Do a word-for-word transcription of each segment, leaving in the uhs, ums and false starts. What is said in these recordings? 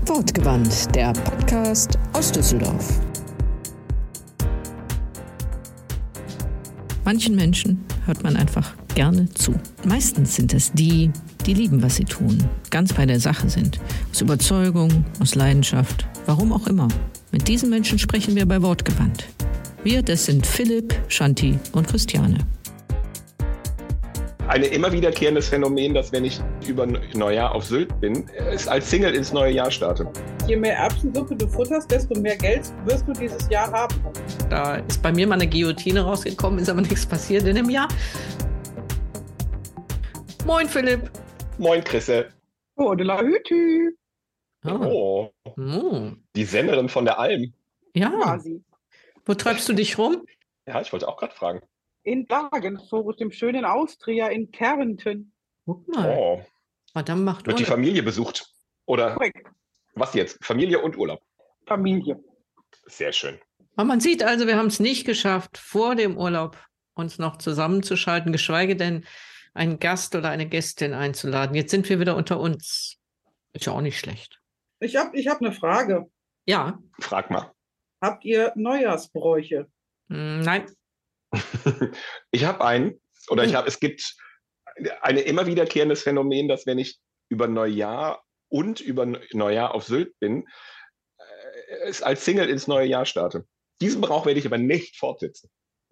Wortgewandt, der Podcast aus Düsseldorf. Manchen Menschen hört man einfach gerne zu. Meistens sind es die, die lieben, was sie tun, ganz bei der Sache sind. Aus Überzeugung, aus Leidenschaft, warum auch immer. Mit diesen Menschen sprechen wir bei Wortgewandt. Wir, das sind Philipp, Shanti und Christiane. Ein immer wiederkehrendes Phänomen, dass wenn ich über Neujahr auf Sylt bin, es als Single ins neue Jahr starte. Je mehr Erbsensuppe du futterst, desto mehr Geld wirst du dieses Jahr haben. Da ist bei mir mal eine Guillotine rausgekommen, ist aber nichts passiert in dem Jahr. Moin Philipp. Moin Chrisse. Oh, de la Hütü. Oh. oh. Oh. Die Senderin von der Alm. Ja. Quasi. Wo treibst du dich rum? Ja, ich wollte auch gerade fragen. In Klagenfurt, dem schönen Austria in Kärnten. Guck mal. Oh. Madame macht Wird die Urlaub. Familie besucht? Oder Korrekt. was jetzt? Familie und Urlaub? Familie. Sehr schön. Aber man sieht also, wir haben es nicht geschafft, vor dem Urlaub uns noch zusammenzuschalten, geschweige denn einen Gast oder eine Gästin einzuladen. Jetzt sind wir wieder unter uns. Ist ja auch nicht schlecht. Ich habe ich hab eine Frage. Ja. Frag mal. Habt ihr Neujahrsbräuche? Hm, nein. Ich habe einen, oder ich Hm. habe, es gibt ein immer wiederkehrendes Phänomen, dass wenn ich über Neujahr und über Neujahr auf Sylt bin, äh, es als Single ins neue Jahr starte. Diesen Brauch werde ich aber nicht fortsetzen.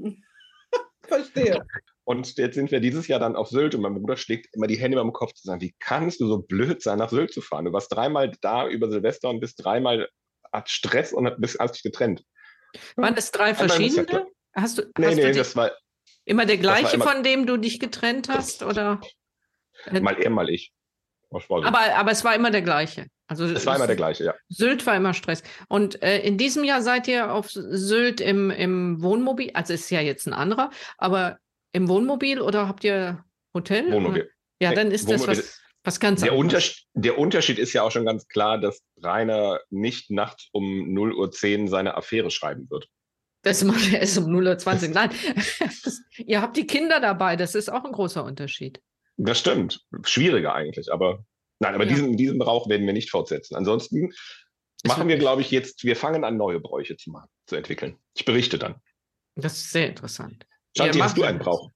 Verstehe. Und jetzt sind wir dieses Jahr dann auf Sylt und mein Bruder schlägt immer die Hände über dem Kopf zu sagen, wie kannst du so blöd sein, nach Sylt zu fahren? Du warst dreimal da über Silvester und bist dreimal, hat Stress und bist, hast dich getrennt. Waren das drei Einmal muss ja verschiedene? klar. Hast du, Nee, hast nee, du die, das war immer der gleiche, immer- von dem du dich getrennt hast? Oder? mal er, mal ich. Das war so. Aber, aber es war immer der gleiche. Also es war immer der gleiche, ja. Sylt war immer Stress. Und äh, in diesem Jahr seid ihr auf Sylt im, im Wohnmobil, also es ist ja jetzt ein anderer, aber im Wohnmobil oder habt ihr Hotel? Wohnmobil. Ja, Nee, dann ist Wohnmobil. das was, was ganz Der, anderes. Unterschied, der Unterschied ist ja auch schon ganz klar, dass Rainer nicht nachts um null Uhr zehn seine Affäre schreiben wird. Das macht er erst um null Uhr zwanzig. Nein, das, ihr habt die Kinder dabei, das ist auch ein großer Unterschied. Das stimmt. Schwieriger eigentlich, aber nein, aber Ja. diesen, diesen Brauch werden wir nicht fortsetzen. Ansonsten machen wir, wirklich- glaube ich, jetzt, wir fangen an, neue Bräuche zu machen, zu entwickeln. Ich berichte dann. Das ist sehr interessant. Shanti, Ihr hast du macht- einen Brauch?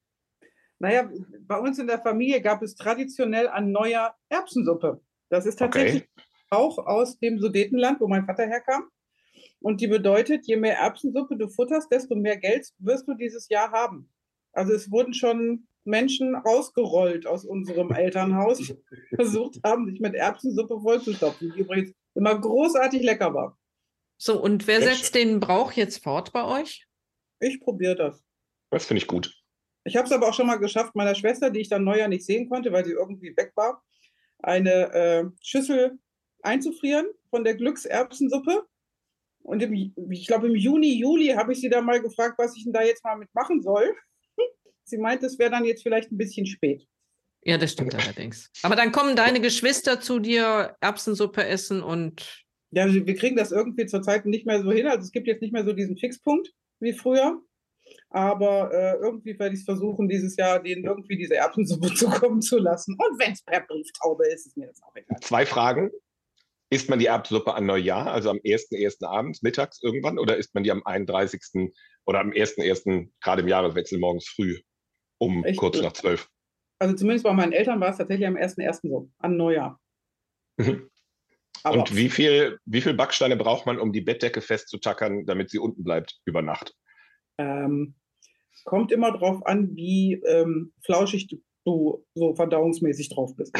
Naja, bei uns in der Familie gab es traditionell an Neujahr Erbsensuppe. Das ist tatsächlich Okay. auch aus dem Sudetenland, wo mein Vater herkam. Und die bedeutet, je mehr Erbsensuppe du futterst, desto mehr Geld wirst du dieses Jahr haben. Also es wurden schon Menschen rausgerollt aus unserem Elternhaus, die versucht haben, sich mit Erbsensuppe vollzustopfen, die übrigens immer großartig lecker war. So, und wer Sehr setzt den Brauch jetzt fort bei euch? Ich probiere das. Das finde ich gut. Ich habe es aber auch schon mal geschafft, meiner Schwester, die ich dann Neujahr nicht sehen konnte, weil sie irgendwie weg war, eine äh, Schüssel einzufrieren von der Glückserbsensuppe. Und im, ich glaube, im Juni, Juli habe ich sie dann mal gefragt, was ich denn da jetzt mal mitmachen soll. Sie meint, es wäre dann jetzt vielleicht ein bisschen spät. Ja, das stimmt allerdings. Aber dann kommen deine Geschwister zu dir, Erbsensuppe essen und Ja, also wir kriegen das irgendwie zurzeit nicht mehr so hin. Also es gibt jetzt nicht mehr so diesen Fixpunkt wie früher. Aber äh, irgendwie werde ich es versuchen, dieses Jahr denen irgendwie diese Erbsensuppe zukommen zu lassen. Und wenn es per Brieftaube ist, ist mir das auch egal. Zwei Fragen. Isst man die Erbsensuppe an Neujahr, also am ersten ersten abends, mittags irgendwann, oder isst man die am einunddreißigsten oder am ersten ersten gerade im Jahreswechsel morgens früh um Echt? kurz nach zwölf? Also zumindest bei meinen Eltern war es tatsächlich am ersten ersten so, an Neujahr. Mhm. Aber Und wie viel, wie viel Backsteine braucht man, um die Bettdecke festzutackern, damit sie unten bleibt über Nacht? ähm, kommt immer drauf an, wie ähm, flauschig du, du so verdauungsmäßig drauf bist.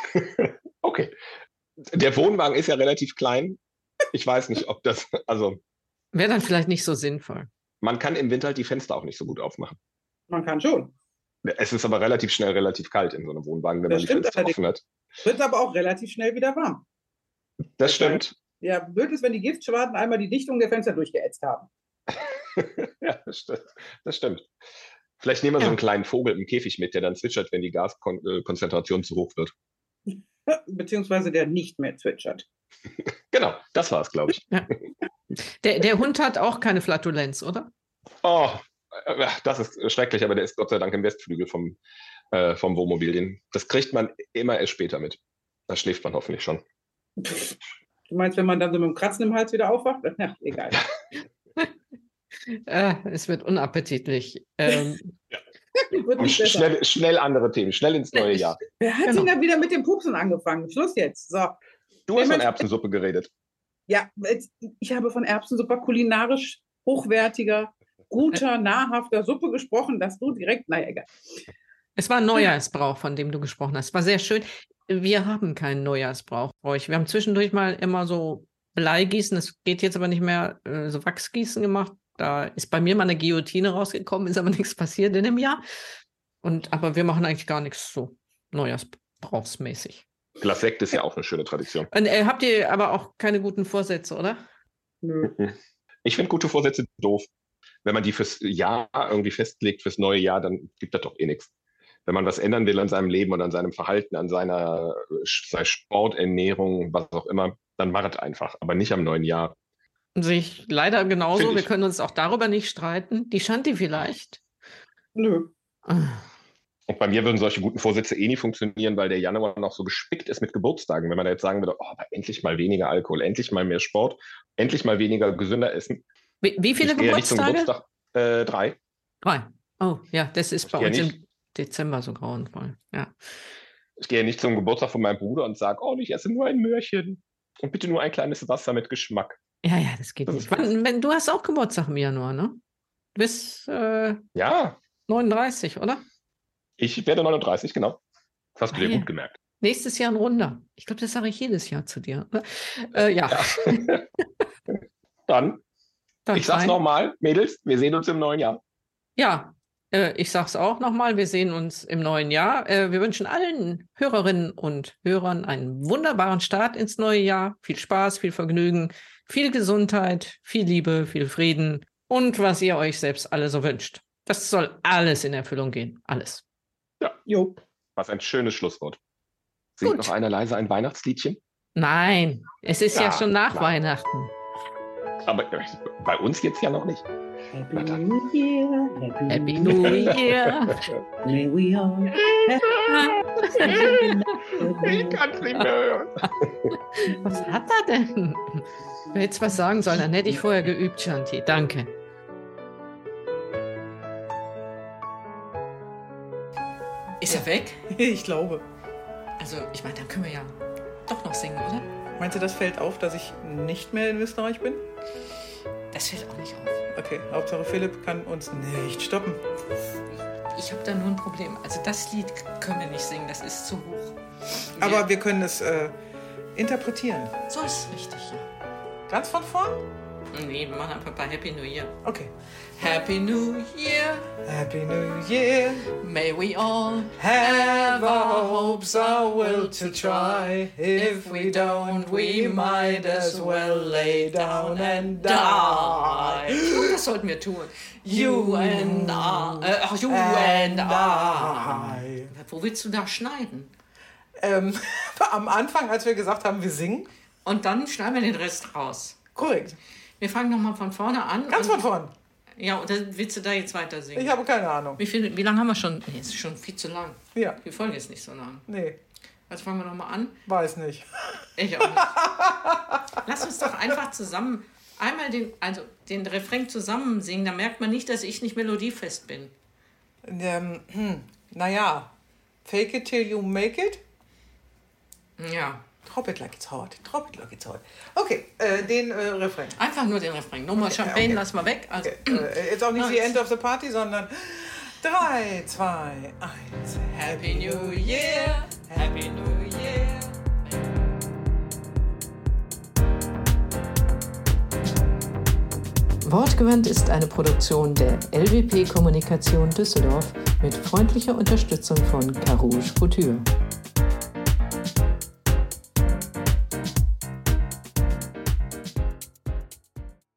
Okay. Der Wohnwagen ist ja relativ klein. Ich weiß nicht, ob das, also wäre dann vielleicht nicht so sinnvoll. man kann im Winter halt die Fenster auch nicht so gut aufmachen. Man kann schon. Es ist aber relativ schnell relativ kalt in so einem Wohnwagen, wenn Das man die stimmt Fenster allerdings. offen hat. Wird aber auch relativ schnell wieder warm. Das stimmt. Ja, blöd ist, wenn die Giftschwaden einmal die Dichtung der Fenster durchgeätzt haben. Ja, das stimmt. Das stimmt. Vielleicht nehmen wir so Ja. einen kleinen Vogel im Käfig mit, der dann zwitschert, wenn die Gaskonzentration zu hoch wird. Beziehungsweise der nicht mehr zwitschert. Genau, das war es, glaube ich. Ja. Der, der Hund hat auch keine Flatulenz, oder? Oh, äh, das ist schrecklich, aber der ist Gott sei Dank im Westflügel vom, äh, vom Wohnmobil. Den- Das kriegt man immer erst später mit. Da schläft man hoffentlich schon. Du meinst, wenn man dann so mit dem Kratzen im Hals wieder aufwacht? Ja, egal. äh, es wird unappetitlich. Ähm, ja. Wird nicht besser. Schnell, schnell andere Themen, schnell ins neue Jahr. Wer hat Genau. denn da wieder mit dem Pupsen angefangen? Schluss jetzt. So. Du hast von Erbsensuppe geredet. Ja, ich habe von Erbsensuppe kulinarisch hochwertiger, guter, nahrhafter Suppe gesprochen, dass du direkt, naja, egal. Es war ein Neujahrsbrauch, von dem du gesprochen hast. War sehr schön. Wir haben keinen Neujahrsbrauch bei euch. Wir haben zwischendurch mal immer so Bleigießen, das geht jetzt aber nicht mehr, äh, so Wachsgießen gemacht. Da ist bei mir mal eine Guillotine rausgekommen, ist aber nichts passiert in dem Jahr. Und, aber wir machen eigentlich gar nichts so Neujahrsbrauchsmäßig. Glas Sekt ist ja auch eine schöne Tradition. Und, äh, habt ihr aber auch keine guten Vorsätze, oder? Nö. Ich finde gute Vorsätze doof. Wenn man die fürs Jahr irgendwie festlegt, fürs neue Jahr, dann gibt das doch eh nichts. Wenn man was ändern will an seinem Leben und an seinem Verhalten, an seiner, seiner Sporternährung, was auch immer, dann mach es einfach, aber nicht am neuen Jahr. Sehe ich leider genauso. Find Wir ich. können uns auch darüber nicht streiten. Die Shanti vielleicht. Nö. Ah. Und bei mir würden solche guten Vorsätze eh nie funktionieren, weil der Januar noch so gespickt ist mit Geburtstagen. Wenn man da jetzt sagen würde, oh, aber endlich mal weniger Alkohol, endlich mal mehr Sport, endlich mal weniger gesünder essen. Wie, wie viele Ich gehe ja nicht zum Geburtstage? Geburtstag. Äh, drei. Drei. Oh, ja, das ist bei gehe uns nicht. im Dezember so grauenvoll. Ja. Ich gehe nicht zum Geburtstag von meinem Bruder und sage, oh, ich esse nur ein Möhrchen. Und bitte nur ein kleines Wasser mit Geschmack. Ja, ja, das geht Das nicht. ist- Wann, wenn, du hast auch Geburtstag im Januar, ne? Du bist äh, Ja, neununddreißig, oder? ich werde neununddreißig, genau. Das hast du Ah, dir ja. gut gemerkt. Nächstes Jahr ein Runder. Ich glaube, das sage ich jedes Jahr zu dir. Oder? Äh, ja. Dann, Dann ich sag's rein. nochmal, Mädels, wir sehen uns im neuen Jahr. Ja, äh, ich sage es auch nochmal. Wir sehen uns im neuen Jahr. Äh, wir wünschen allen Hörerinnen und Hörern einen wunderbaren Start ins neue Jahr. Viel Spaß, viel Vergnügen, viel Gesundheit, viel Liebe, viel Frieden und was ihr euch selbst alle so wünscht. Das soll alles in Erfüllung gehen. Alles. Jo. Was ein schönes Schlusswort. Singt Gut. noch einer leise ein Weihnachtsliedchen? Nein, es ist ja, Ja, schon nach klar. Weihnachten. Aber äh, bei uns jetzt ja noch nicht. Happy New Year. Happy New Year. May we all Ich kann's nicht mehr hören. Was hat er denn? Du hättest was sagen sollen, dann hätte ich vorher geübt, Shanti. Danke. Ist er weg? Ich glaube. Also, ich meine, dann können wir ja doch noch singen, oder? Meinst du, das fällt auf, dass ich nicht mehr in Österreich bin? Das fällt auch nicht auf. Okay, Hauptsache Philipp kann uns nicht stoppen. Ich habe da nur ein Problem. Also, das Lied können wir nicht singen, das ist zu hoch. Aber wir können es äh, interpretieren. So ist richtig, ja. Ganz von vorn? Nee, wir machen einfach bei Happy New Year. Okay. Happy New Year, Happy New Year. may we all Have our hopes, our will to try. If we don't, we might as well lay down and die. die. Das sollten wir tun. You You and I. Äh, ach, you and, And I. I. Wo willst du da schneiden? Ähm, am Anfang, als wir gesagt haben, wir singen. Und dann schneiden wir den Rest raus. Korrekt. Wir fangen nochmal von vorne an. Ganz und, von vorn. Ja, und dann willst du da jetzt weiter singen? Ich habe keine Ahnung. Wie, viel, wie lange haben wir schon? Nee, es ist schon viel zu lang. Ja, Die Folge ist nicht so lang. nee, Also fangen wir nochmal an. weiß nicht. Ich auch nicht. Lass uns doch einfach zusammen einmal den, also den Refrain zusammen singen. Da merkt man nicht, dass ich nicht melodiefest bin. Ähm, hm, naja, fake it till you make it. Ja, Drop it like it's hot. Drop it like it's hot. Okay, äh, den äh, Refrain. einfach nur den Refrain. Nochmal Champagne, okay. lass mal weg. Also, Okay, äh, jetzt auch nicht Nice. die End of the Party, sondern drei, zwei, eins. Happy New Year, Happy New Year. Wortgewandt ist eine Produktion der L W P Kommunikation Düsseldorf mit freundlicher Unterstützung von Carouge Couture.